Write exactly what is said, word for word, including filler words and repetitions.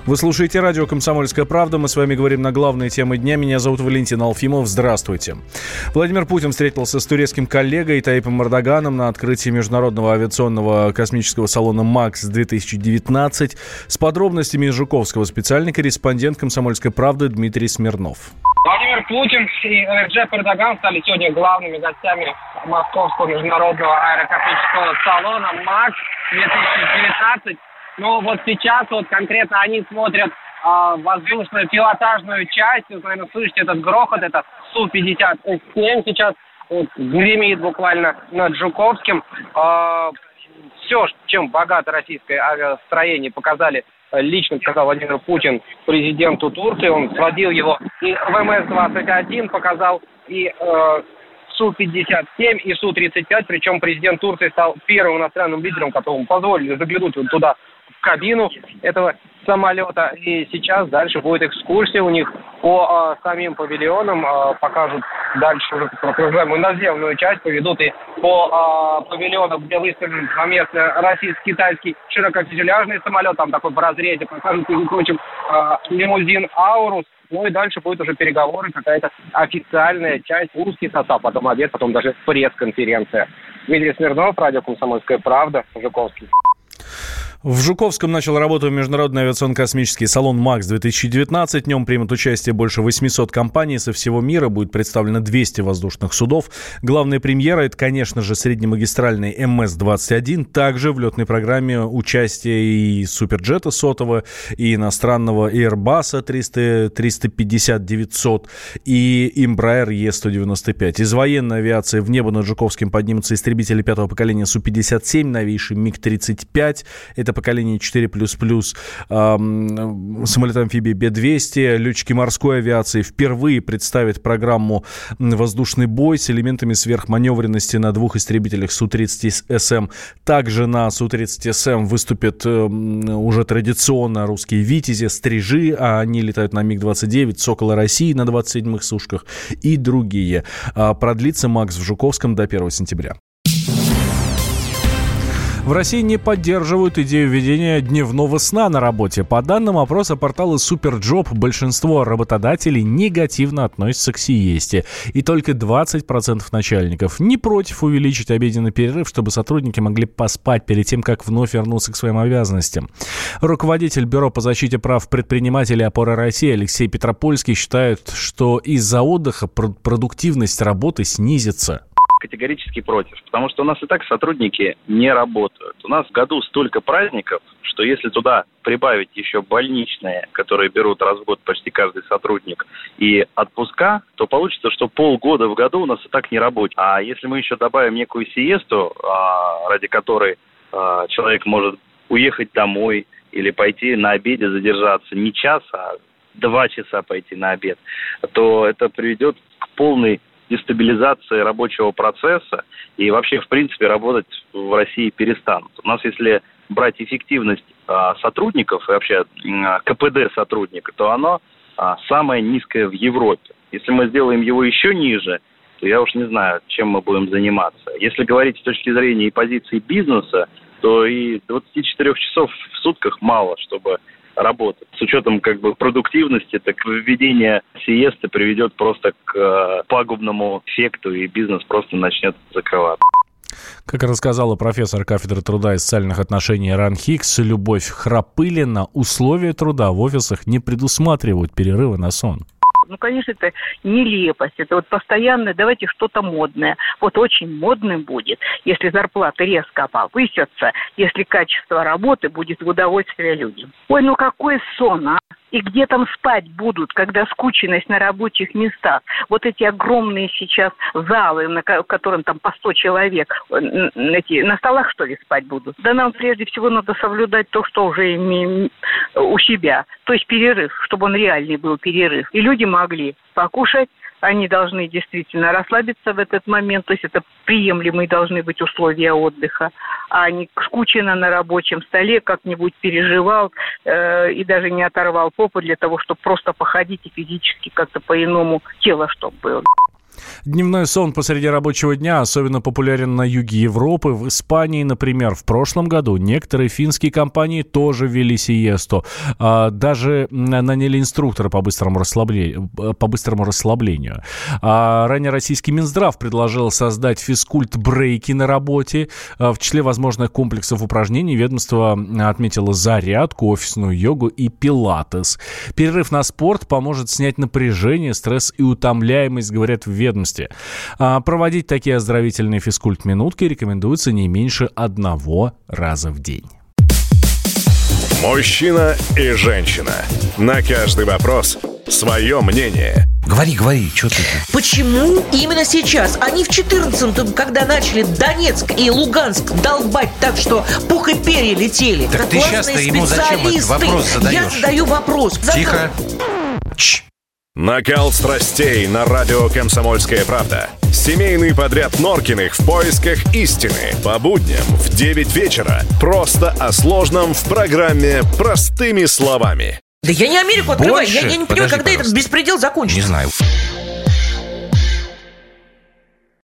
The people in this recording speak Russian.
Вы слушаете радио «Комсомольская правда». Мы с вами говорим на главные темы дня. Меня зовут Валентин Алфимов. Здравствуйте. Владимир Путин встретился с турецким коллегой Таyyипом Эрдоганом на открытии международного авиационного космического салона МАКС-две тысячи девятнадцать. С подробностями из Жуковского специальный корреспондент «Комсомольской правды» Дмитрий Смирнов. Владимир Путин и Реджеп Эрдоган стали сегодня главными гостями Московского международного аэрокосмического салона МАКС-две тысячи девятнадцать. Но вот сейчас вот конкретно они смотрят э, воздушную пилотажную часть. Вы, наверное, слышите этот грохот, это Су пятьдесят семь сейчас вот, гремит буквально над Жуковским. Э, все, чем богато российское авиастроение, показали, лично сказал Владимир Путин президенту Турции. Он сводил его и в эм эс двадцать один, показал и э, Су пятьдесят семь, и Су тридцать пять. Причем президент Турции стал первым иностранным лидером, которому позволили заглянуть вот туда, в кабину этого самолета. И сейчас дальше будет экскурсия у них по э, самим павильонам. Э, покажут дальше уже так называемую наземную часть, поведут и по э, павильонам, где выставлен совместно российско-китайский широкофюзеляжный самолет. Там такой в разрезе покажут, между прочим, э, лимузин «Аурус». Ну и дальше будет уже переговоры, какая-то официальная часть, узкий состав, потом обед, потом даже пресс-конференция. Дмитрий Смирнов, радио «Комсомольская правда», Жуковский. В Жуковском начал работу международный авиационно-космический салон МАКС-две тысячи девятнадцать. В нем примут участие больше восемьсот компаний со всего мира. Будет представлено двести воздушных судов. Главная премьера – это, конечно же, среднемагистральный эм эс двадцать один. Также в летной программе участие и Суперджета сотого, и иностранного Airbus триста пятьдесят девятьсот, и Embraer и сто девяносто пять. Из военной авиации в небо над Жуковским поднимутся истребители пятого поколения Су пятьдесят семь, новейший МиГ тридцать пять. Это поколение четыре плюс плюс, эм, самолет-амфибия Би двести. Летчики морской авиации впервые представят программу «Воздушный бой» с элементами сверхманевренности на двух истребителях Су тридцать эс эм. Также на Су тридцать эс эм выступят эм, уже традиционно русские «Витязи», «Стрижи», а они летают на МиГ двадцать девять, «Соколы России» на двадцать седьмых сушках и другие. А продлится МАКС в Жуковском до первого сентября. В России не поддерживают идею введения дневного сна на работе. По данным опроса портала Суперджоп, большинство работодателей негативно относятся к сиесте. И только двадцать процентов начальников не против увеличить обеденный перерыв, чтобы сотрудники могли поспать перед тем, как вновь вернуться к своим обязанностям. Руководитель Бюро по защите прав предпринимателей «Опора России» Алексей Петропольский считает, что из-за отдыха продуктивность работы снизится. Категорически против, потому что у нас и так сотрудники не работают. У нас в году столько праздников, что если туда прибавить еще больничные, которые берут раз в год почти каждый сотрудник, и отпуска, то получится, что полгода в году у нас и так не работает. А если мы еще добавим некую сиесту, ради которой человек может уехать домой или пойти на обеде задержаться не час, а два часа пойти на обед, то это приведет к полной дестабилизации рабочего процесса, и вообще, в принципе, работать в России перестанут. У нас, если брать эффективность а, сотрудников и вообще а, ка пэ дэ сотрудника, то оно а, самое низкое в Европе. Если мы сделаем его еще ниже, то я уж не знаю, чем мы будем заниматься. Если говорить с точки зрения и позиции бизнеса, то и двадцать четыре часов в сутках мало, чтобы работать. С учетом как бы продуктивности, так введение сиесты приведет просто к э, пагубному эффекту, и бизнес просто начнет закрываться. Как рассказала профессор кафедры труда и социальных отношений РАН-Хикс Любовь Храпылина, условия труда в офисах не предусматривают перерывы на сон. Ну, конечно, это нелепость, это вот постоянно давайте что-то модное. Вот очень модным будет, если зарплаты резко повысятся, если качество работы будет в удовольствие людям. Ой, ну какой сон, а? И где там спать будут, когда скученность на рабочих местах? Вот эти огромные сейчас залы, на котором там по сто человек, эти, на столах, что ли, спать будут? Да нам прежде всего надо соблюдать то, что уже имеем у себя. То есть перерыв, чтобы он реальный был перерыв. И люди могли покушать, они должны действительно расслабиться в этот момент, то есть это приемлемые должны быть условия отдыха, а не скучно на рабочем столе, как-нибудь переживал э, и даже не оторвал попу для того, чтобы просто походить и физически как-то по-иному тело, чтобы было. Дневной сон посреди рабочего дня особенно популярен на юге Европы. В Испании, например, в прошлом году некоторые финские компании тоже ввели сиесту. Даже наняли инструктора по быстрому расслаблению. По быстрому расслаблению. Ранее российский Минздрав предложил создать физкульт-брейки на работе. В числе возможных комплексов упражнений ведомство отметило зарядку, офисную йогу и пилатес. Перерыв на спорт поможет снять напряжение, стресс и утомляемость, говорят в ведомстве. А проводить такие оздоровительные физкульт-минутки рекомендуется не меньше одного раза в день. Мужчина и женщина. На каждый вопрос свое мнение. Говори, говори, что ты? Почему именно сейчас? Они в четырнадцатом, когда начали Донецк и Луганск долбать так, что пух и перья летели. Так ты сейчас-то ему зачем этот вопрос задаешь? Я задаю вопрос. Тихо. Чш. Накал страстей на радио «Комсомольская правда». Семейный подряд Норкиных в поисках истины. По будням в девять вечера. Просто о сложном в программе «Простыми словами». Да я не Америку открываю. Больше? Я, я не понимаю, Подожди, когда пожалуйста. этот беспредел закончится. Не знаю.